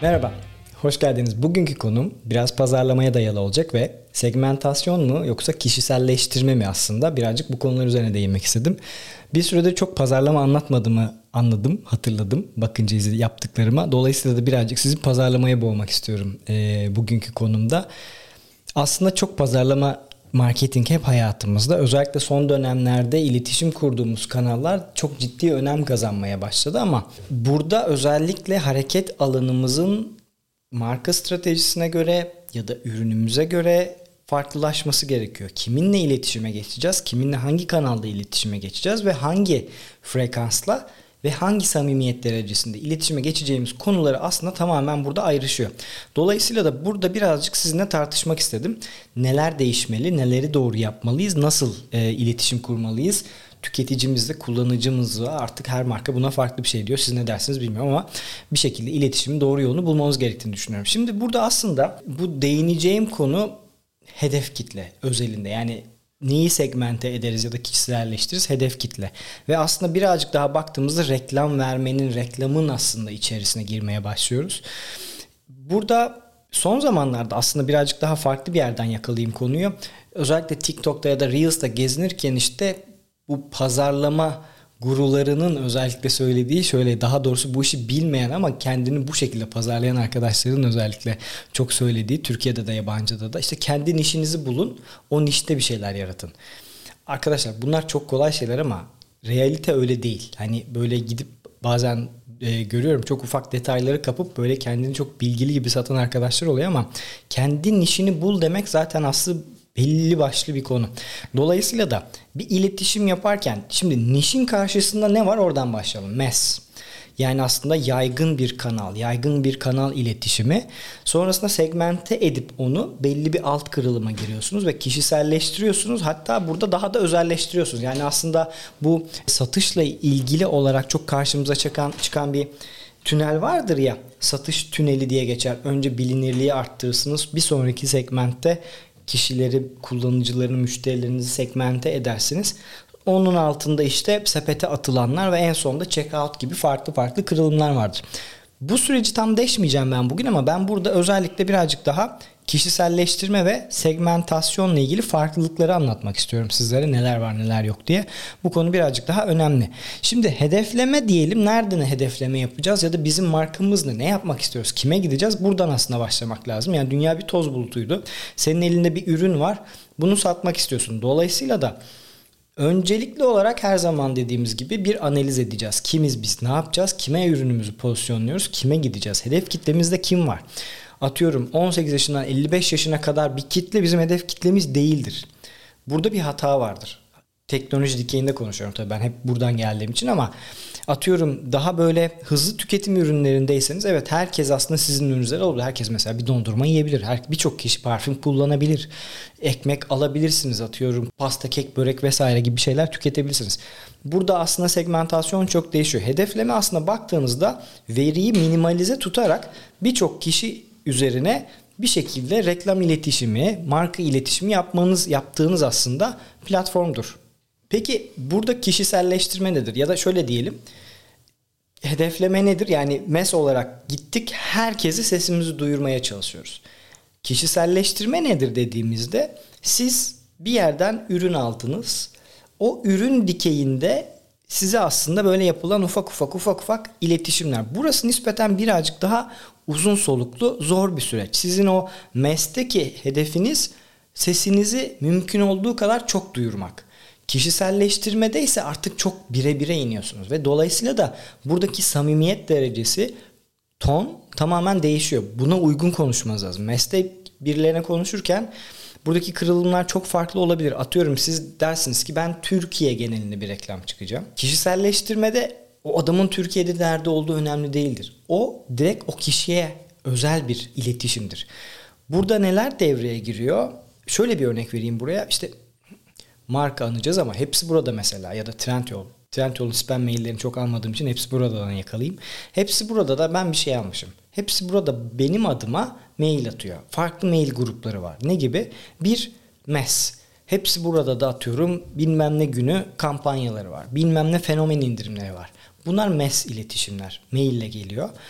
Merhaba, hoş geldiniz. Bugünkü konum biraz pazarlamaya dayalı olacak ve segmentasyon mu yoksa kişiselleştirme mi aslında birazcık bu konular üzerine değinmek istedim. Bir sürede çok pazarlama anlatmadığımı anladım, hatırladım bakınca yaptıklarıma. Dolayısıyla da birazcık sizi pazarlamaya boğmak istiyorum bugünkü konumda. Aslında çok pazarlama marketing hep hayatımızda. Özellikle son dönemlerde iletişim kurduğumuz kanallar çok ciddi önem kazanmaya başladı ama burada özellikle hareket alanımızın marka stratejisine göre ya da ürünümüze göre farklılaşması gerekiyor. Kiminle iletişime geçeceğiz, kiminle hangi kanalda iletişime geçeceğiz ve hangi frekansla ve hangi samimiyet derecesinde iletişime geçeceğimiz konuları aslında tamamen burada ayrışıyor. Dolayısıyla da burada birazcık sizinle tartışmak istedim. Neler değişmeli, neleri doğru yapmalıyız, nasıl iletişim kurmalıyız? Tüketicimizle, kullanıcımızla artık her marka buna farklı bir şey diyor. Siz ne dersiniz bilmiyorum ama bir şekilde iletişimin doğru yolunu bulmamız gerektiğini düşünüyorum. Şimdi burada aslında bu değineceğim konu hedef kitle özelinde. Yani neyi segmente ederiz ya da kişiselleştiririz? Hedef kitle. Ve aslında birazcık daha baktığımızda reklam vermenin, reklamın aslında içerisine girmeye başlıyoruz. Burada son zamanlarda aslında birazcık daha farklı bir yerden yakalayayım konuyu. Özellikle TikTok'ta ya da Reels'ta gezinirken işte bu pazarlama gurularının özellikle söylediği şöyle, daha doğrusu bu işi bilmeyen ama kendini bu şekilde pazarlayan arkadaşların özellikle çok söylediği, Türkiye'de de yabancıda da işte kendi nişinizi bulun, o nişte bir şeyler yaratın. Arkadaşlar bunlar çok kolay şeyler ama realite öyle değil. Hani böyle gidip bazen görüyorum çok ufak detayları kapıp böyle kendini çok bilgili gibi satan arkadaşlar oluyor ama kendi nişini bul demek zaten aslında belli başlı bir konu. Dolayısıyla da bir iletişim yaparken şimdi nişin karşısında ne var, oradan başlayalım. Mass. Yani aslında yaygın bir kanal iletişimi. Sonrasında segmente edip onu belli bir alt kırılıma giriyorsunuz ve kişiselleştiriyorsunuz. Hatta burada daha da özelleştiriyorsunuz. Yani aslında bu satışla ilgili olarak çok karşımıza çıkan bir tünel vardır ya. Satış tüneli diye geçer. Önce bilinirliği arttırırsınız. Bir sonraki segmentte kişileri, kullanıcılarını, müşterilerinizi segmente edersiniz. Onun altında işte sepete atılanlar ve en sonunda checkout gibi farklı farklı kırılımlar vardır. Bu süreci tam deşmeyeceğim ben bugün ama ben burada özellikle birazcık daha kişiselleştirme ve segmentasyonla ilgili farklılıkları anlatmak istiyorum sizlere, neler var neler yok diye. Bu konu birazcık daha önemli. Şimdi hedefleme diyelim, nereden hedefleme yapacağız ya da bizim markamız ne yapmak istiyoruz, kime gideceğiz, buradan aslında başlamak lazım. Yani dünya bir toz bulutuydu. Senin elinde bir ürün var, bunu satmak istiyorsun. Dolayısıyla da öncelikli olarak her zaman dediğimiz gibi bir analiz edeceğiz. Kimiz biz, ne yapacağız, kime ürünümüzü pozisyonluyoruz, kime gideceğiz, hedef kitlemizde kim var? Atıyorum 18 yaşından 55 yaşına kadar bir kitle bizim hedef kitlemiz değildir. Burada bir hata vardır. Teknoloji dikeyinde konuşuyorum tabii, ben hep buradan geldiğim için ama atıyorum daha böyle hızlı tüketim ürünlerindeyseniz evet, herkes aslında sizin ürününüzde olabilir. Herkes mesela bir dondurma yiyebilir. Birçok kişi parfüm kullanabilir. Ekmek alabilirsiniz, atıyorum pasta, kek, börek vesaire gibi şeyler tüketebilirsiniz. Burada aslında segmentasyon çok değişiyor. Hedefleme aslında baktığınızda veriyi minimalize tutarak birçok kişi üzerine bir şekilde reklam iletişimi, marka iletişimi yaptığınız aslında platformdur. Peki burada kişiselleştirme nedir? Ya da şöyle diyelim, hedefleme nedir? Yani MES olarak gittik, herkesi sesimizi duyurmaya çalışıyoruz. Kişiselleştirme nedir dediğimizde, siz bir yerden ürün aldınız. O ürün dikeyinde size aslında böyle yapılan ufak iletişimler. Burası nispeten birazcık daha uzun soluklu, zor bir süreç. Sizin o MES'teki hedefiniz sesinizi mümkün olduğu kadar çok duyurmak. Kişiselleştirmede ise artık çok bire iniyorsunuz ve dolayısıyla da buradaki samimiyet derecesi, ton tamamen değişiyor. Buna uygun konuşmanız lazım. Meslek birilerine konuşurken buradaki kırılımlar çok farklı olabilir. Atıyorum siz dersiniz ki ben Türkiye genelinde bir reklam çıkacağım. Kişiselleştirmede o adamın Türkiye'de nerede olduğu önemli değildir. O direkt o kişiye özel bir iletişimdir. Burada neler devreye giriyor? Şöyle bir örnek vereyim buraya. İşte marka anacağız ama hepsi burada mesela, ya da Trendyol. Trendyol'un spam maillerini çok almadığım için hepsi buradan yakalayayım. Hepsi burada da ben bir şey almışım. Hepsi burada benim adıma mail atıyor. Farklı mail grupları var. Ne gibi? Bir, MES. Hepsi burada da atıyorum bilmem ne günü kampanyaları var. Bilmem ne fenomen indirimleri var. Bunlar MES iletişimler. Maille geliyor.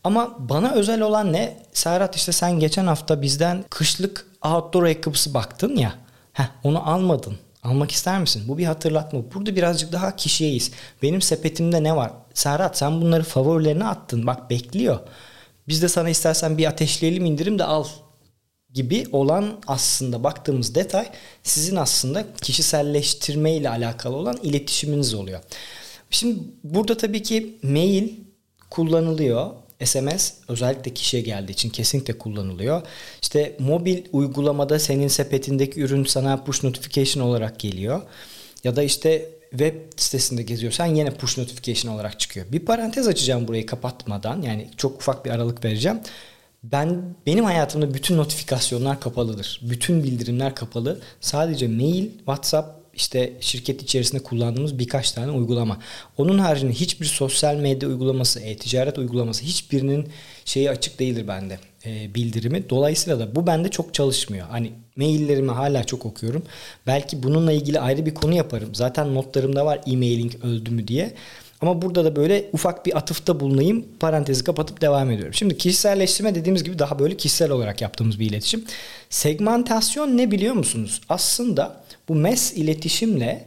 Ama bana özel olan ne? Serhat, işte sen geçen hafta bizden kışlık outdoor ayakkabısı baktın ya. Onu almadın. Almak ister misin? Bu bir hatırlatma. Burada birazcık daha kişiyeyiz. Benim sepetimde ne var? Serhat, sen bunları favorilerine attın. Bak, bekliyor. Biz de sana istersen bir ateşleyelim, indirim de al gibi olan, aslında baktığımız detay sizin aslında kişiselleştirme ile alakalı olan iletişiminiz oluyor. Şimdi burada tabii ki mail kullanılıyor. SMS özellikle kişiye geldiği için kesinlikle kullanılıyor. İşte mobil uygulamada senin sepetindeki ürün sana push notification olarak geliyor. Ya da işte web sitesinde geziyorsan yine push notification olarak çıkıyor. Bir parantez açacağım burayı kapatmadan, yani çok ufak bir aralık vereceğim. Benim hayatımda bütün notifikasyonlar kapalıdır. Bütün bildirimler kapalı. Sadece mail, WhatsApp, işte şirket içerisinde kullandığımız birkaç tane uygulama. Onun haricinde hiçbir sosyal medya uygulaması, e-ticaret uygulaması, hiçbirinin şeyi açık değildir bende, bildirimi. Dolayısıyla da bu bende çok çalışmıyor. Hani maillerimi hala çok okuyorum. Belki bununla ilgili ayrı bir konu yaparım. Zaten notlarımda var e-mailing öldü mü diye. Ama burada da böyle ufak bir atıfta bulunayım. Parantezi kapatıp devam ediyorum. Şimdi kişiselleştirme dediğimiz gibi daha böyle kişisel olarak yaptığımız bir iletişim. Segmentasyon ne biliyor musunuz? Aslında bu mass iletişimle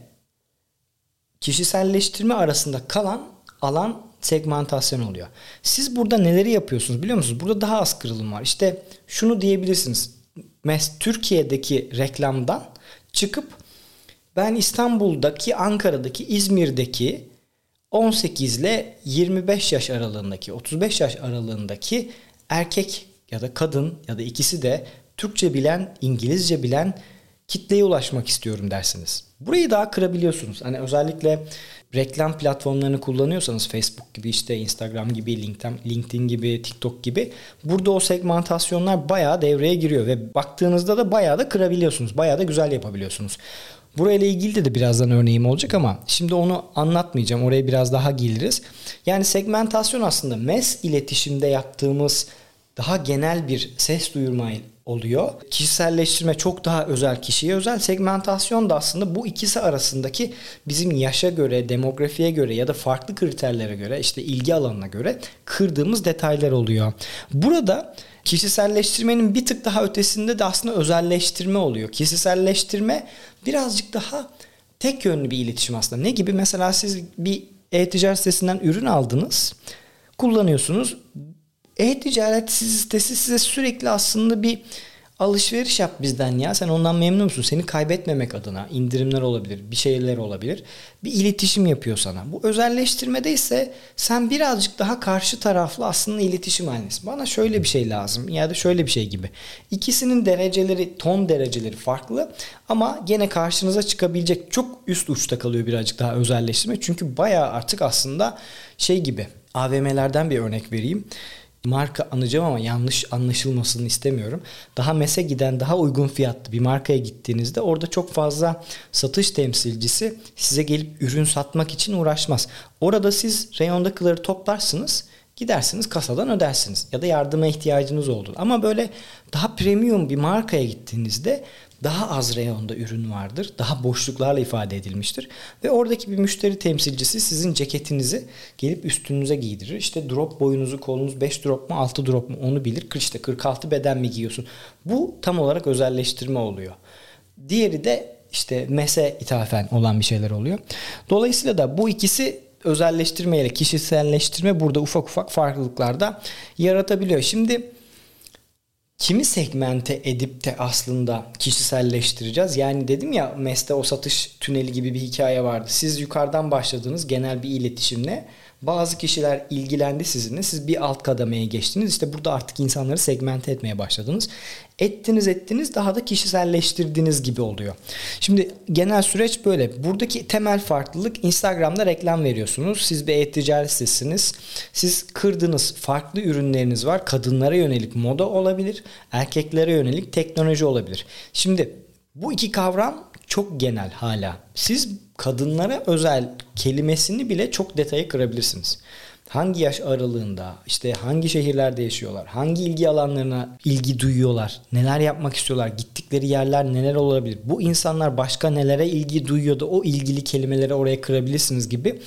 kişiselleştirme arasında kalan alan segmentasyon oluyor. Siz burada neleri yapıyorsunuz biliyor musunuz? Burada daha az kırılım var. İşte şunu diyebilirsiniz. Türkiye'deki reklamdan çıkıp ben İstanbul'daki, Ankara'daki, İzmir'deki 18 ile 25 yaş aralığındaki, 35 yaş aralığındaki erkek ya da kadın ya da ikisi de Türkçe bilen, İngilizce bilen kitleye ulaşmak istiyorum dersiniz. Burayı daha kırabiliyorsunuz. Hani özellikle reklam platformlarını kullanıyorsanız, Facebook gibi, işte Instagram gibi, LinkedIn gibi, TikTok gibi, burada o segmentasyonlar bayağı devreye giriyor ve baktığınızda da bayağı da kırabiliyorsunuz. Bayağı da güzel yapabiliyorsunuz. Burayla ilgili de birazdan örneğim olacak ama şimdi onu anlatmayacağım. Oraya biraz daha geliriz. Yani segmentasyon aslında mass iletişimde yaptığımız daha genel bir ses duyurma oluyor. Kişiselleştirme çok daha özel, kişiye özel. Segmentasyon da aslında bu ikisi arasındaki bizim yaşa göre, demografiye göre ya da farklı kriterlere göre, işte ilgi alanına göre kırdığımız detaylar oluyor. Burada kişiselleştirmenin bir tık daha ötesinde de aslında özelleştirme oluyor. Kişiselleştirme birazcık daha tek yönlü bir iletişim aslında. Ne gibi? Mesela siz bir e-ticaret sitesinden ürün aldınız, kullanıyorsunuz. E-ticaret sitesi size sürekli aslında bir alışveriş yap bizden ya, sen ondan memnun musun? Seni kaybetmemek adına indirimler olabilir, bir şeyler olabilir. Bir iletişim yapıyor sana. Bu özelleştirmede ise sen birazcık daha karşı taraflı aslında iletişim halindesin. Bana şöyle bir şey lazım ya da şöyle bir şey gibi. İkisinin dereceleri, ton dereceleri farklı ama gene karşınıza çıkabilecek, çok üst uçta kalıyor birazcık daha özelleştirme. Çünkü bayağı artık aslında şey gibi, AVM'lerden bir örnek vereyim. Marka anacağım ama yanlış anlaşılmasını istemiyorum. Daha MES'e giden, daha uygun fiyatlı bir markaya gittiğinizde orada çok fazla satış temsilcisi size gelip ürün satmak için uğraşmaz. Orada siz reyondakileri toplarsınız, gidersiniz kasadan ödersiniz ya da yardıma ihtiyacınız olur. Ama böyle daha premium bir markaya gittiğinizde daha az reyonda ürün vardır. Daha boşluklarla ifade edilmiştir. Ve oradaki bir müşteri temsilcisi sizin ceketinizi gelip üstünüze giydirir. İşte drop boyunuzu, kolunuz 5 drop mu 6 drop mu onu bilir. İşte 46 beden mi giyiyorsun? Bu tam olarak özelleştirme oluyor. Diğeri de işte MES'e ithafen olan bir şeyler oluyor. Dolayısıyla da bu ikisi özelleştirme ile kişiselleştirme burada ufak ufak farklılıklar da yaratabiliyor. Şimdi kimi segmente edip de aslında kişiselleştireceğiz? Yani dedim ya, MES'te o satış tüneli gibi bir hikaye vardı. Siz yukarıdan başladığınız genel bir iletişimle bazı kişiler ilgilendi sizinle. Siz bir alt kademeye geçtiniz. İşte burada artık insanları segmente etmeye başladınız. Ettiniz daha da kişiselleştirdiğiniz gibi oluyor. Şimdi genel süreç böyle. Buradaki temel farklılık, Instagram'da reklam veriyorsunuz. Siz bir e-ticaret sitesiniz. Siz kırdığınız farklı ürünleriniz var. Kadınlara yönelik moda olabilir. Erkeklere yönelik teknoloji olabilir. Şimdi bu iki kavram çok genel hala. Siz kadınlara özel kelimesini bile çok detaya kırabilirsiniz. Hangi yaş aralığında, işte hangi şehirlerde yaşıyorlar, hangi ilgi alanlarına ilgi duyuyorlar, neler yapmak istiyorlar, gittikleri yerler neler olabilir, bu insanlar başka nelere ilgi duyuyor da o ilgili kelimeleri oraya kırabilirsiniz gibi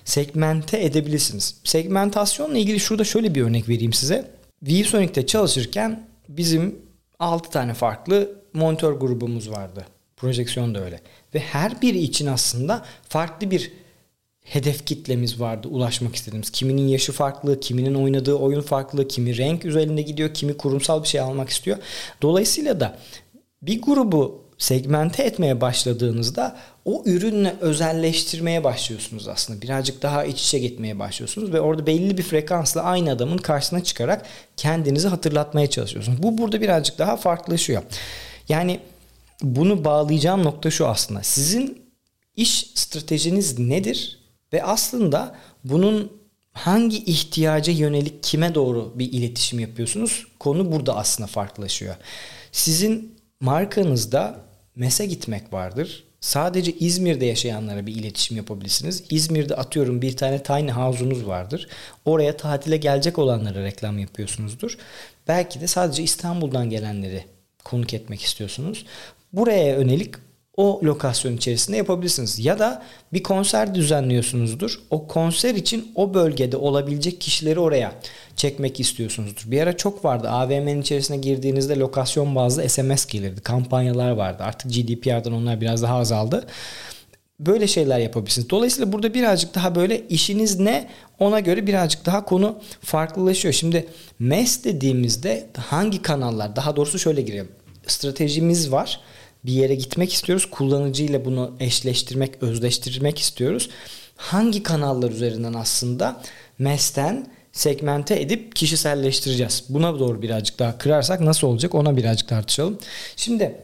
segmente edebilirsiniz. Segmentasyonla ilgili şurada şöyle bir örnek vereyim size. ViewSonic'te çalışırken bizim 6 tane farklı monitör grubumuz vardı. Projeksiyon da öyle. Ve her biri için aslında farklı bir hedef kitlemiz vardı, ulaşmak istediğimiz. Kiminin yaşı farklı, kiminin oynadığı oyun farklı, kimi renk üzerinde gidiyor, kimi kurumsal bir şey almak istiyor. Dolayısıyla da bir grubu segmente etmeye başladığınızda o ürünle özelleştirmeye başlıyorsunuz aslında. Birazcık daha iç içe gitmeye başlıyorsunuz ve orada belli bir frekansla aynı adamın karşısına çıkarak kendinizi hatırlatmaya çalışıyorsunuz. Bu burada birazcık daha farklılaşıyor. Yani bunu bağlayacağım nokta şu aslında. Sizin iş stratejiniz nedir? Ve aslında bunun hangi ihtiyaca yönelik kime doğru bir iletişim yapıyorsunuz? Konu burada aslında farklılaşıyor. Sizin markanızda MES'e gitmek vardır. Sadece İzmir'de yaşayanlara bir iletişim yapabilirsiniz. İzmir'de atıyorum bir tane tiny house'unuz vardır. Oraya tatile gelecek olanlara reklam yapıyorsunuzdur. Belki de sadece İstanbul'dan gelenleri konuk etmek istiyorsunuz. Buraya yönelik o lokasyon içerisinde yapabilirsiniz. Ya da bir konser düzenliyorsunuzdur. O konser için o bölgede olabilecek kişileri oraya çekmek istiyorsunuzdur. Bir ara çok vardı. AVM'nin içerisine girdiğinizde lokasyon bazlı SMS gelirdi. Kampanyalar vardı. Artık GDPR'dan onlar biraz daha azaldı. Böyle şeyler yapabilirsiniz. Dolayısıyla burada birazcık daha böyle işiniz ne, ona göre birazcık daha konu farklılaşıyor. Şimdi MES dediğimizde hangi kanallar, daha doğrusu şöyle girelim. Stratejimiz var. Bir yere gitmek istiyoruz. Kullanıcıyla bunu eşleştirmek, özleştirmek istiyoruz. Hangi kanallar üzerinden aslında MES'ten segmente edip kişiselleştireceğiz? Buna doğru birazcık daha kırarsak nasıl olacak? Ona birazcık tartışalım. Şimdi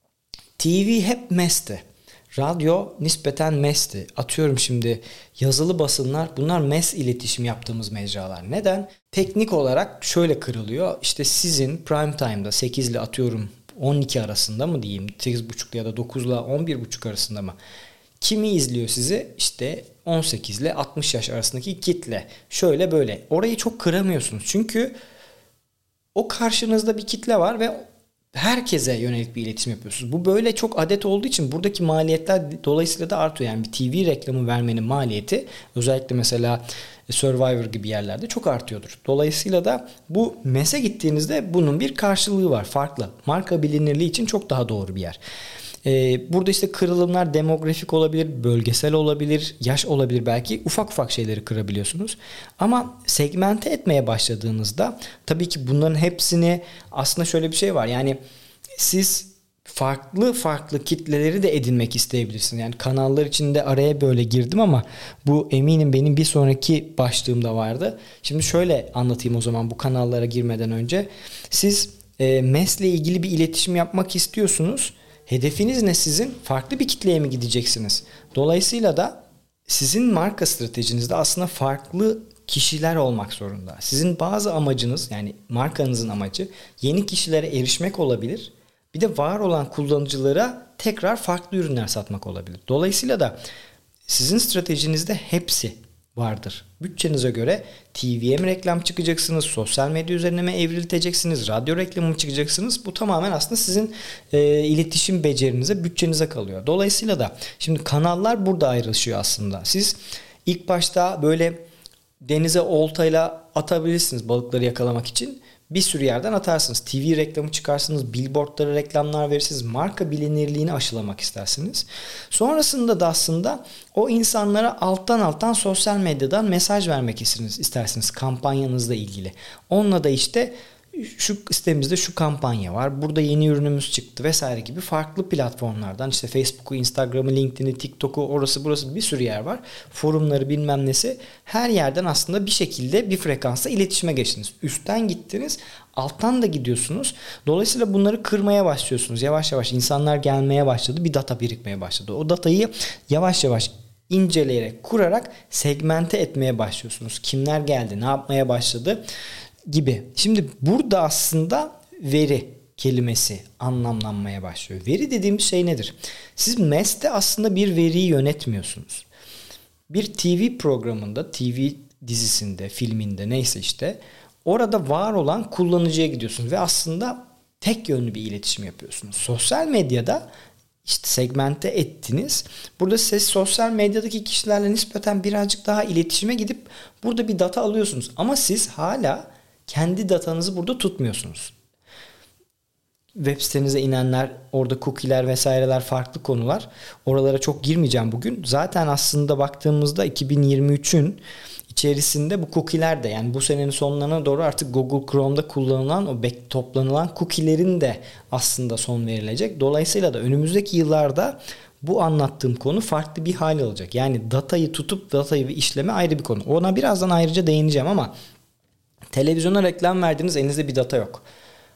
TV hep MES'ti. Radyo nispeten MES'ti. Atıyorum şimdi yazılı basınlar, bunlar MES iletişim yaptığımız mecralar. Neden? Teknik olarak şöyle kırılıyor. İşte sizin prime time'da 8 ile atıyorum 12 arasında mı diyeyim, 8.30 ya da 9 ile 11.30 arasında mı? Kimi izliyor sizi? İşte 18 ile 60 yaş arasındaki kitle. Şöyle böyle. Orayı çok kıramıyorsunuz. Çünkü o karşınızda bir kitle var ve herkese yönelik bir iletişim yapıyorsunuz. Bu böyle çok adet olduğu için buradaki maliyetler dolayısıyla da artıyor. Yani bir TV reklamı vermenin maliyeti özellikle mesela Survivor gibi yerlerde çok artıyordur. Dolayısıyla da bu MES'e gittiğinizde bunun bir karşılığı var. Farklı. Marka bilinirliği için çok daha doğru bir yer. Burada işte kırılımlar demografik olabilir, bölgesel olabilir, yaş olabilir belki. Ufak ufak şeyleri kırabiliyorsunuz. Ama segmente etmeye başladığınızda tabii ki bunların hepsini aslında şöyle bir şey var. Yani siz farklı farklı kitleleri de edinmek isteyebilirsiniz. Yani kanallar içinde araya böyle girdim ama bu eminim benim bir sonraki başlığımda vardı. Şimdi şöyle anlatayım o zaman bu kanallara girmeden önce. Siz MES'le ilgili bir iletişim yapmak istiyorsunuz. Hedefiniz ne sizin? Farklı bir kitleye mi gideceksiniz? Dolayısıyla da sizin marka stratejinizde aslında farklı kişiler olmak zorunda. Sizin bazı amacınız, yani markanızın amacı yeni kişilere erişmek olabilir. Bir de var olan kullanıcılara tekrar farklı ürünler satmak olabilir. Dolayısıyla da sizin stratejinizde hepsi vardır. Bütçenize göre TV'ye mi reklam çıkacaksınız, sosyal medya üzerine mi evrilteceksiniz, radyo reklamı mı çıkacaksınız? Bu tamamen aslında sizin iletişim becerinize, bütçenize kalıyor. Dolayısıyla da şimdi kanallar burada ayrışıyor aslında. Siz ilk başta böyle denize oltayla atabilirsiniz balıkları yakalamak için. Bir sürü yerden atarsınız. TV reklamı çıkarsınız, billboardlara reklamlar verirsiniz, marka bilinirliğini aşılamak istersiniz. Sonrasında da aslında o insanlara alttan sosyal medyadan mesaj vermek istersiniz kampanyanızla ilgili. Onunla da işte şu sitemizde şu kampanya var, burada yeni ürünümüz çıktı vesaire gibi farklı platformlardan işte Facebook'u, Instagram'ı, LinkedIn'i, TikTok'u, orası burası bir sürü yer var. Forumları bilmem nesi, her yerden aslında bir şekilde bir frekansla iletişime geçtiniz. Üstten gittiniz, alttan da gidiyorsunuz. Dolayısıyla bunları kırmaya başlıyorsunuz. Yavaş yavaş insanlar gelmeye başladı, bir data birikmeye başladı. O datayı yavaş yavaş inceleyerek, kurarak segmente etmeye başlıyorsunuz. Kimler geldi, ne yapmaya başladı gibi. Şimdi burada aslında veri kelimesi anlamlanmaya başlıyor. Veri dediğimiz şey nedir? Siz MES'te aslında bir veriyi yönetmiyorsunuz. Bir TV programında, TV dizisinde, filminde neyse işte orada var olan kullanıcıya gidiyorsunuz ve aslında tek yönlü bir iletişim yapıyorsunuz. Sosyal medyada işte segmente ettiniz. Burada siz sosyal medyadaki kişilerle nispeten birazcık daha iletişime gidip burada bir data alıyorsunuz. Ama siz hala kendi datanızı burada tutmuyorsunuz. Web sitenize inenler, orada cookie'ler vesaireler farklı konular. Oralara çok girmeyeceğim bugün. Zaten aslında baktığımızda 2023'ün içerisinde bu cookie'ler de, yani bu senenin sonlarına doğru artık Google Chrome'da kullanılan o toplanılan cookie'lerin de aslında son verilecek. Dolayısıyla da önümüzdeki yıllarda bu anlattığım konu farklı bir hal alacak. Yani datayı tutup datayı ve işleme ayrı bir konu. Ona birazdan ayrıca değineceğim ama televizyona reklam verdiğiniz, elinizde bir data yok.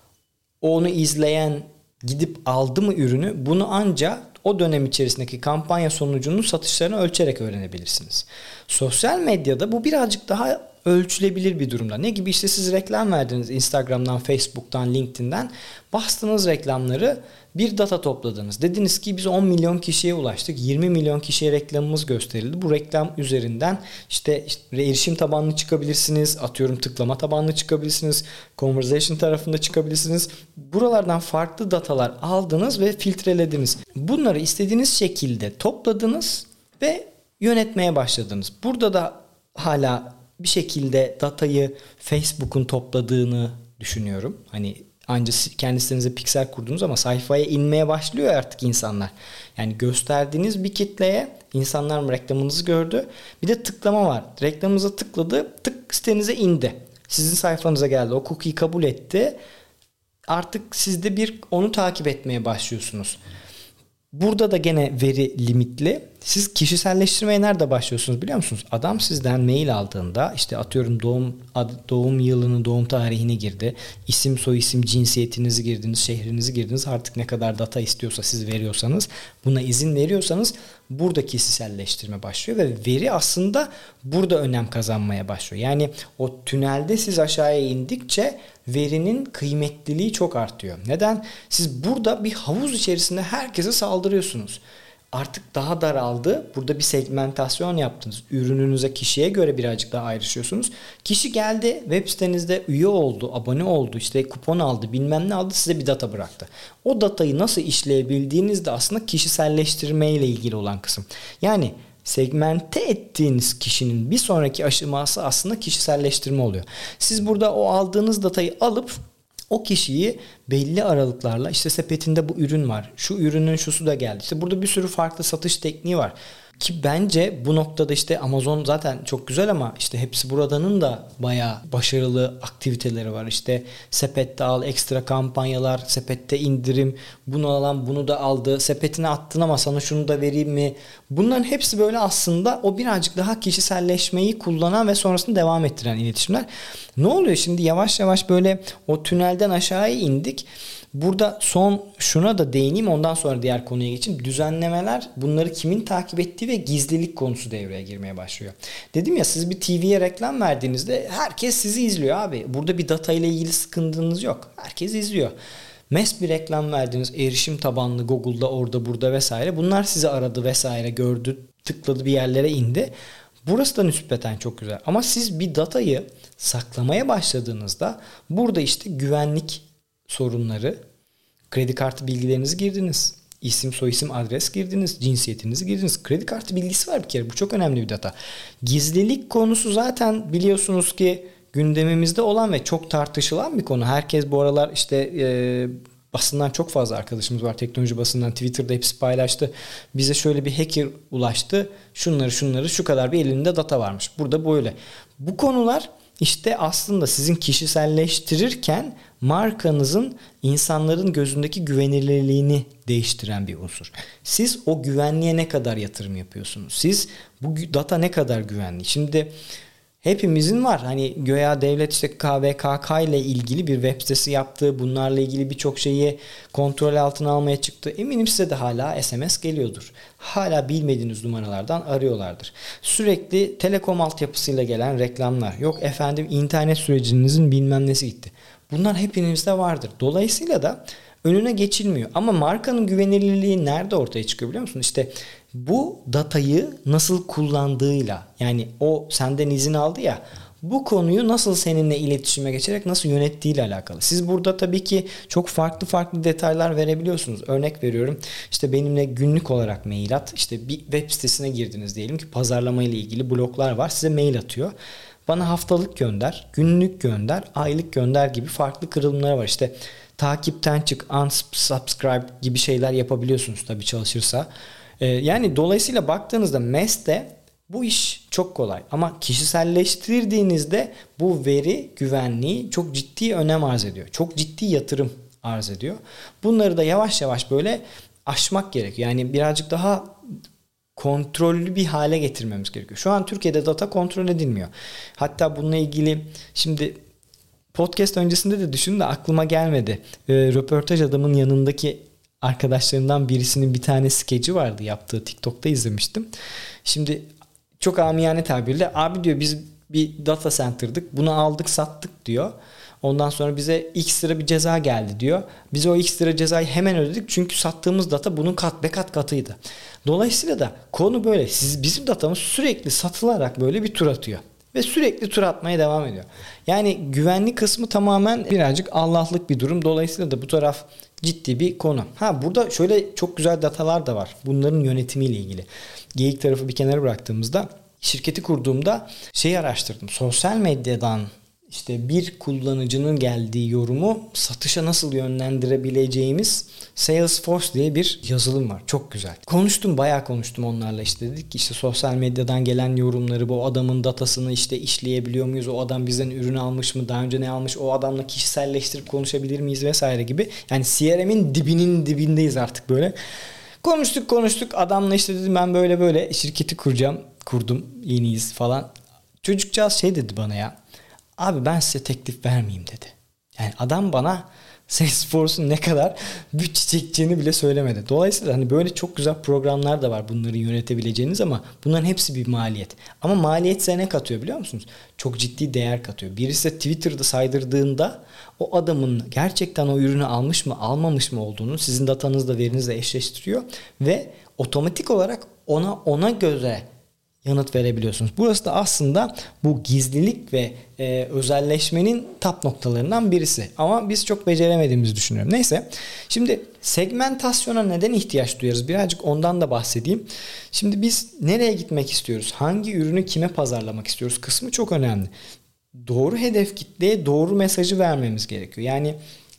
Onu izleyen gidip aldı mı ürünü, bunu ancak o dönem içerisindeki kampanya sonucunun satışlarını ölçerek öğrenebilirsiniz. Sosyal medyada bu birazcık daha ölçülebilir bir durumda. Ne gibi? İşte siz reklam verdiniz Instagram'dan, Facebook'tan, LinkedIn'den. Bastınız reklamları, bir data topladınız. Dediniz ki biz 10 milyon kişiye ulaştık. 20 milyon kişiye reklamımız gösterildi. Bu reklam üzerinden işte erişim tabanlı çıkabilirsiniz. Atıyorum tıklama tabanlı çıkabilirsiniz. Conversation tarafında çıkabilirsiniz. Buralardan farklı datalar aldınız ve filtrelediniz. Bunları istediğiniz şekilde topladınız ve yönetmeye başladınız. Burada da hala bir şekilde datayı Facebook'un topladığını düşünüyorum. Hani ancak kendi sitenize piksel kurdunuz ama sayfaya inmeye başlıyor artık insanlar. Yani gösterdiğiniz bir kitleye insanlar mı reklamınızı gördü? Bir de tıklama var. Reklamınıza tıkladı, tık sitenize indi. Sizin sayfanıza geldi. O cookie'yi kabul etti. Artık siz de onu takip etmeye başlıyorsunuz. Burada da gene veri limitli. Siz kişiselleştirmeye nerede başlıyorsunuz biliyor musunuz? Adam sizden mail aldığında işte atıyorum doğum yılını, doğum tarihini girdi. İsim, soyisim, cinsiyetinizi girdiniz, şehrinizi girdiniz. Artık ne kadar data istiyorsa siz veriyorsanız, buna izin veriyorsanız burada kişiselleştirme başlıyor ve veri aslında burada önem kazanmaya başlıyor. Yani o tünelde siz aşağıya indikçe verinin kıymetliliği çok artıyor. Neden? Siz burada bir havuz içerisinde herkese saldırıyorsunuz. Artık daha daraldı. Burada bir segmentasyon yaptınız. Ürününüze, kişiye göre birazcık daha ayrışıyorsunuz. Kişi geldi, web sitenizde üye oldu, abone oldu, işte kupon aldı, bilmem ne aldı, size bir data bıraktı. O datayı nasıl işleyebildiğiniz de aslında kişiselleştirme ile ilgili olan kısım. Yani segmente ettiğiniz kişinin bir sonraki aşaması aslında kişiselleştirme oluyor. Siz burada o aldığınız datayı alıp o kişiyi belli aralıklarla işte sepetinde bu ürün var, şu ürünün şusu da geldi. İşte burada bir sürü farklı satış tekniği var. Ki bence bu noktada işte Amazon zaten çok güzel ama işte hepsi buradanın da bayağı başarılı aktiviteleri var. İşte sepette al, ekstra kampanyalar, sepette indirim, bunu alan bunu da aldı, sepetine attın ama sana şunu da vereyim mi? Bunların hepsi böyle aslında o birazcık daha kişiselleşmeyi kullanan ve sonrasında devam ettiren iletişimler. Ne oluyor şimdi? Yavaş yavaş böyle o tünelden aşağıya indik. Burada son şuna da değineyim, ondan sonra diğer konuya geçeyim. Düzenlemeler, bunları kimin takip ettiği ve gizlilik konusu devreye girmeye başlıyor. Dedim ya, siz bir TV'ye reklam verdiğinizde herkes sizi izliyor abi. Burada bir data ile ilgili sıkıntınız yok. Herkes izliyor. Bir reklam verdiğiniz, erişim tabanlı Google'da, orada burada vesaire. Bunlar sizi aradı vesaire, gördü, tıkladı, bir yerlere indi. Burası da nispeten çok güzel. Ama siz bir datayı saklamaya başladığınızda burada işte güvenlik sorunları, kredi kartı bilgilerinizi girdiniz, isim, soyisim, adres girdiniz, cinsiyetinizi girdiniz. Kredi kartı bilgisi var bir kere. Bu çok önemli bir data. Gizlilik konusu zaten biliyorsunuz ki gündemimizde olan ve çok tartışılan bir konu. Herkes bu aralar işte basından çok fazla arkadaşımız var. Teknoloji basından, Twitter'da hepsi paylaştı. Bize şöyle bir hacker ulaştı. Şunları şu kadar bir elinde data varmış. Burada böyle. Bu konular İşte aslında sizin kişiselleştirirken markanızın insanların gözündeki güvenilirliğini değiştiren bir unsur. Siz o güvenliğe ne kadar yatırım yapıyorsunuz? Siz bu data ne kadar güvenli? Şimdi hepimizin var. Hani göya devlet işte KVKK ile ilgili bir web sitesi yaptı. Bunlarla ilgili birçok şeyi kontrol altına almaya çıktı. Eminim size de hala SMS geliyordur. Hala bilmediğiniz numaralardan arıyorlardır. Sürekli telekom altyapısıyla gelen reklamlar. Yok efendim internet sürecinizin bilmem nesi gitti. Bunlar hepinizde vardır. Dolayısıyla da önüne geçilmiyor. Ama markanın güvenilirliği nerede ortaya çıkıyor biliyor musun? İşte bu datayı nasıl kullandığıyla, yani o senden izin aldı ya, bu konuyu nasıl seninle iletişime geçerek nasıl yönettiğiyle alakalı. Siz burada tabii ki çok farklı farklı detaylar verebiliyorsunuz. Örnek veriyorum, işte benimle günlük olarak mail at. İşte bir web sitesine girdiniz diyelim ki, pazarlama ile ilgili bloglar var, size mail atıyor. Bana haftalık gönder, günlük gönder, aylık gönder gibi farklı kırılımlar var. İşte takipten çık, unsubscribe gibi şeyler yapabiliyorsunuz tabii çalışırsa. Yani dolayısıyla baktığınızda MES'te bu iş çok kolay. Ama kişiselleştirdiğinizde bu veri güvenliği çok ciddi önem arz ediyor. Çok ciddi yatırım arz ediyor. Bunları da yavaş yavaş böyle aşmak gerekiyor. Yani birazcık daha kontrollü bir hale getirmemiz gerekiyor. Şu an Türkiye'de data kontrol edilmiyor. Hatta bununla ilgili şimdi podcast öncesinde de düşündüm de aklıma gelmedi. Röportaj adamın yanındaki arkadaşlarından birisinin bir tane skeci vardı, yaptığı, TikTok'ta izlemiştim. Şimdi çok amiyane tabirle, abi diyor biz bir data center'dık, bunu aldık sattık diyor. Ondan sonra bize X lira bir ceza geldi diyor. Biz o X lira cezayı hemen ödedik çünkü sattığımız data bunun kat be kat katıydı. Dolayısıyla da konu böyle. Bizim datamız sürekli satılarak böyle bir tur atıyor. Ve sürekli tur atmaya devam ediyor. Yani güvenlik kısmı tamamen birazcık Allah'lık bir durum. Dolayısıyla da bu taraf ciddi bir konu. Burada şöyle çok güzel datalar da var. Bunların yönetimiyle ilgili. Geyik tarafı bir kenara bıraktığımızda, şirketi kurduğumda şeyi araştırdım. Sosyal medyadan işte bir kullanıcının geldiği yorumu satışa nasıl yönlendirebileceğimiz Salesforce diye bir yazılım var. Çok güzel. Bayağı konuştum onlarla, işte dedik ki işte sosyal medyadan gelen yorumları, bu adamın datasını işte işleyebiliyor muyuz? O adam bizden ürün almış mı? Daha önce ne almış? O adamla kişiselleştirip konuşabilir miyiz vesaire gibi. Yani CRM'in dibinin dibindeyiz artık böyle. Konuştuk. Adamla işte dedim ben böyle şirketi kuracağım. Kurdum. Yeniyiz falan. Çocukcağız şey dedi bana ya. Abi ben size teklif vermeyeyim dedi. Yani adam bana Salesforce'un ne kadar bütçe çekeceğini bile söylemedi. Dolayısıyla hani böyle çok güzel programlar da var bunları yönetebileceğiniz, ama bunların hepsi bir maliyet. Ama maliyet size ne katıyor biliyor musunuz? Çok ciddi değer katıyor. Birisi Twitter'da saydırdığında o adamın gerçekten o ürünü almış mı almamış mı olduğunu sizin datanızla, verinizle eşleştiriyor ve otomatik olarak ona göre yanıt verebiliyorsunuz. Burası da aslında bu gizlilik ve özelleşmenin tap noktalarından birisi. Ama biz çok beceremediğimizi düşünüyorum. Neyse. Şimdi segmentasyona neden ihtiyaç duyarız? Birazcık ondan da bahsedeyim. Şimdi biz nereye gitmek istiyoruz? Hangi ürünü kime pazarlamak istiyoruz? Kısmı çok önemli. Doğru hedef kitleye doğru mesajı vermemiz gerekiyor. Yani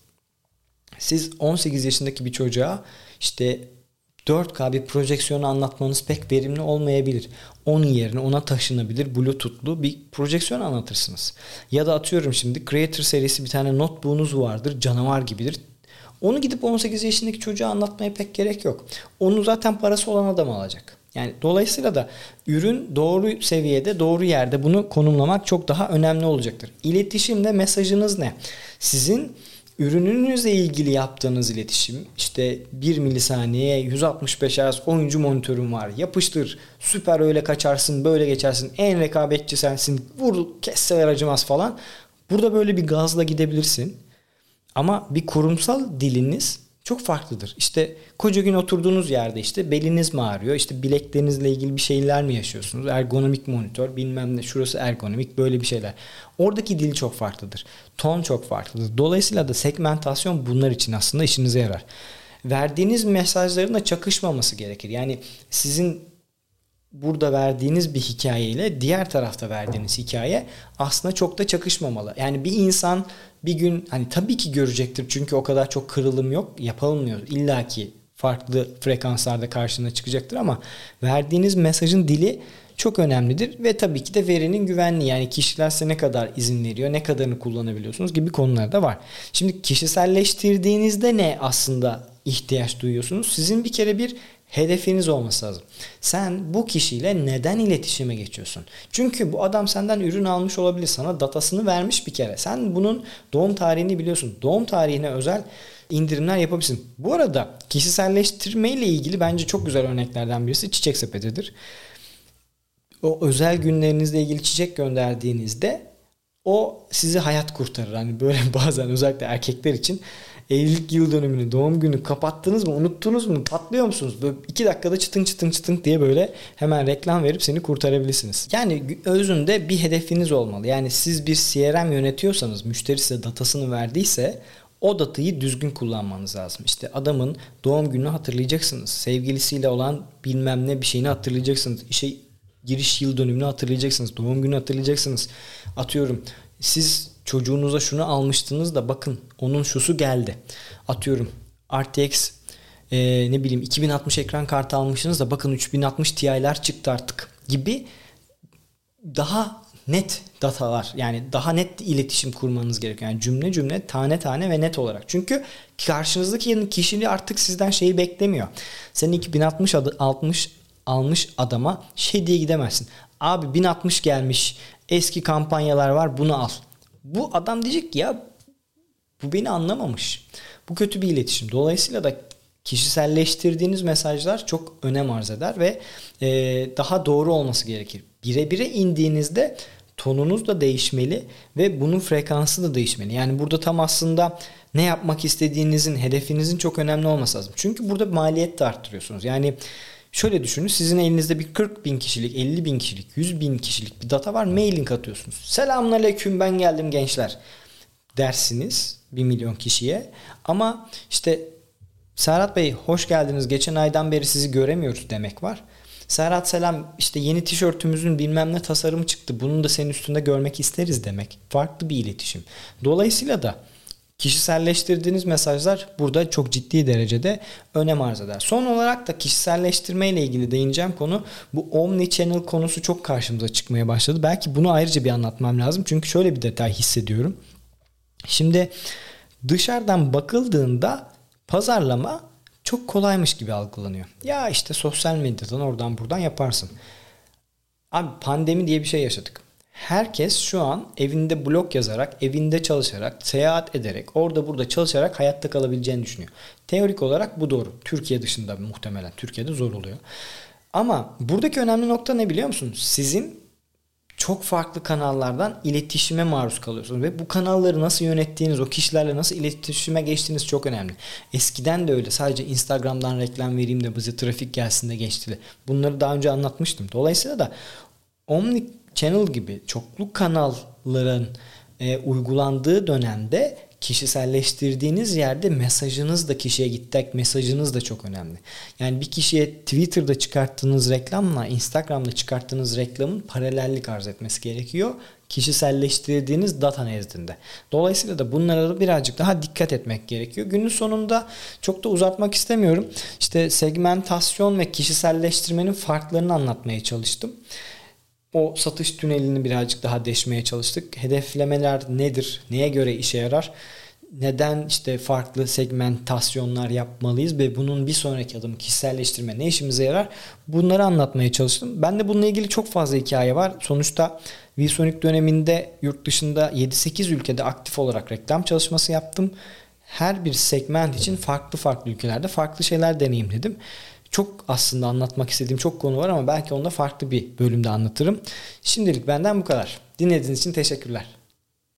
siz 18 yaşındaki bir çocuğa işte 4K bir projeksiyonu anlatmanız pek verimli olmayabilir. Onun yerine ona taşınabilir Bluetooth'lu bir projeksiyon anlatırsınız. Ya da atıyorum şimdi Creator serisi bir tane notebook'unuz vardır. Canavar gibidir. Onu gidip 18 yaşındaki çocuğa anlatmaya pek gerek yok. Onu zaten parası olan adam alacak. Yani dolayısıyla da ürün doğru seviyede, doğru yerde, bunu konumlamak çok daha önemli olacaktır. İletişimde mesajınız ne? Sizin ürününüzle ilgili yaptığınız iletişim, işte 1 milisaniyeye 165 Hz oyuncu monitörüm var, yapıştır, süper, öyle kaçarsın, böyle geçersin, en rekabetçi sensin, vur kesseler acımaz falan. Burada böyle bir gazla gidebilirsin. Ama bir kurumsal diliniz çok farklıdır. İşte koca gün oturduğunuz yerde işte beliniz mi ağrıyor? İşte bileklerinizle ilgili bir şeyler mi yaşıyorsunuz? Ergonomik monitör, bilmem ne, şurası ergonomik, böyle bir şeyler. Oradaki dil çok farklıdır. Ton çok farklıdır. Dolayısıyla da segmentasyon bunlar için aslında işinize yarar. Verdiğiniz mesajların da çakışmaması gerekir. Yani sizin burada verdiğiniz bir hikayeyle diğer tarafta verdiğiniz hikaye aslında çok da çakışmamalı. Yani bir insan bir gün hani tabii ki görecektir, çünkü o kadar çok kırılım yok, yapılmıyor. İlla ki farklı frekanslarda karşına çıkacaktır, ama verdiğiniz mesajın dili çok önemlidir ve tabii ki de verinin güvenliği, yani kişiler size ne kadar izin veriyor, ne kadarını kullanabiliyorsunuz gibi konular da var. Şimdi kişiselleştirdiğinizde ne aslında ihtiyaç duyuyorsunuz? Sizin bir kere bir hedefiniz olması lazım. Sen bu kişiyle neden iletişime geçiyorsun? Çünkü bu adam senden ürün almış olabilir. Sana datasını vermiş bir kere. Sen bunun doğum tarihini biliyorsun. Doğum tarihine özel indirimler yapabilirsin. Bu arada kişiselleştirme ile ilgili bence çok güzel örneklerden birisi Çiçek Sepeti'dir. O özel günlerinizle ilgili çiçek gönderdiğinizde O sizi hayat kurtarır. Hani böyle bazen özellikle erkekler için evlilik yıl dönümünü, doğum günü kapattınız mı, unuttunuz mu, patlıyor musunuz? Böyle 2 dakikada çıtın çıtın çıtın diye böyle hemen reklam verip seni kurtarabilirsiniz. Yani özünde bir hedefiniz olmalı. Yani siz bir CRM yönetiyorsanız, müşteri size datasını verdiyse o datayı düzgün kullanmanız lazım. İşte adamın doğum gününü hatırlayacaksınız. Sevgilisiyle olan bilmem ne bir şeyini hatırlayacaksınız. İşe giriş yıl dönümünü hatırlayacaksınız. Doğum günü hatırlayacaksınız. Atıyorum siz çocuğunuza şunu almıştınız da bakın onun şusu geldi. Atıyorum RTX ne bileyim 2060 ekran kartı almışsınız da bakın 3060 Ti'ler çıktı artık gibi daha net datalar, yani daha net iletişim kurmanız gerekiyor. Yani cümle cümle, tane tane ve net olarak. Çünkü karşınızdaki kişi artık sizden şeyi beklemiyor. Senin 2060 almış adama şey diye gidemezsin. Abi 1060 gelmiş, eski kampanyalar var, bunu al. Bu adam diyecek ki ya bu beni anlamamış. Bu kötü bir iletişim. Dolayısıyla da kişiselleştirdiğiniz mesajlar çok önem arz eder ve daha doğru olması gerekir. Bire bire indiğinizde tonunuz da değişmeli ve bunun frekansı da değişmeli. Yani burada tam aslında ne yapmak istediğinizin, hedefinizin çok önemli olması lazım. Çünkü burada maliyet de arttırıyorsunuz. Yani şöyle düşünün, sizin elinizde bir 40 bin kişilik, 50 bin kişilik, 100 bin kişilik bir data var. Mailing atıyorsunuz. Selamünaleyküm, ben geldim gençler dersiniz 1 milyon kişiye. Ama işte Serhat Bey hoş geldiniz, geçen aydan beri sizi göremiyoruz demek var. Serhat selam, işte yeni tişörtümüzün bilmem ne tasarımı çıktı, bunu da senin üstünde görmek isteriz demek. Farklı bir iletişim. Dolayısıyla da kişiselleştirdiğiniz mesajlar burada çok ciddi derecede önem arz eder. Son olarak da kişiselleştirme ile ilgili değineceğim konu, bu omnichannel konusu çok karşımıza çıkmaya başladı. Belki bunu ayrıca bir anlatmam lazım. Çünkü şöyle bir detay hissediyorum. Şimdi dışarıdan bakıldığında pazarlama çok kolaymış gibi algılanıyor. Ya işte sosyal medyadan oradan buradan yaparsın. Abi pandemi diye bir şey yaşadık. Herkes şu an evinde blog yazarak, evinde çalışarak, seyahat ederek, orada burada çalışarak hayatta kalabileceğini düşünüyor. Teorik olarak bu doğru. Türkiye dışında muhtemelen. Türkiye'de zor oluyor. Ama buradaki önemli nokta ne biliyor musunuz? Sizin çok farklı kanallardan iletişime maruz kalıyorsunuz ve bu kanalları nasıl yönettiğiniz, o kişilerle nasıl iletişime geçtiğiniz çok önemli. Eskiden de öyle. Sadece Instagram'dan reklam vereyim de bize trafik gelsin de geçti. Bunları daha önce anlatmıştım. Dolayısıyla da Omnichannel gibi çoklu kanalların uygulandığı dönemde kişiselleştirdiğiniz yerde mesajınız da kişiye gitmek, mesajınız da çok önemli. Yani bir kişiye Twitter'da çıkarttığınız reklamla Instagram'da çıkarttığınız reklamın paralellik arz etmesi gerekiyor. Kişiselleştirdiğiniz data nezdinde. Dolayısıyla da bunlara da birazcık daha dikkat etmek gerekiyor. Günün sonunda çok da uzatmak istemiyorum. İşte segmentasyon ve kişiselleştirmenin farklarını anlatmaya çalıştım. O satış tünelini birazcık daha deşmeye çalıştık. Hedeflemeler nedir? Neye göre işe yarar? Neden işte farklı segmentasyonlar yapmalıyız ve bunun bir sonraki adım kişiselleştirme ne işimize yarar? Bunları anlatmaya çalıştım. Ben de bununla ilgili çok fazla hikaye var. Sonuçta VSonic döneminde yurt dışında 7-8 ülkede aktif olarak reklam çalışması yaptım. Her bir segment için farklı ülkelerde farklı şeyler deneyimledim. Çok aslında anlatmak istediğim çok konu var ama belki onu da farklı bir bölümde anlatırım. Şimdilik benden bu kadar. Dinlediğiniz için teşekkürler.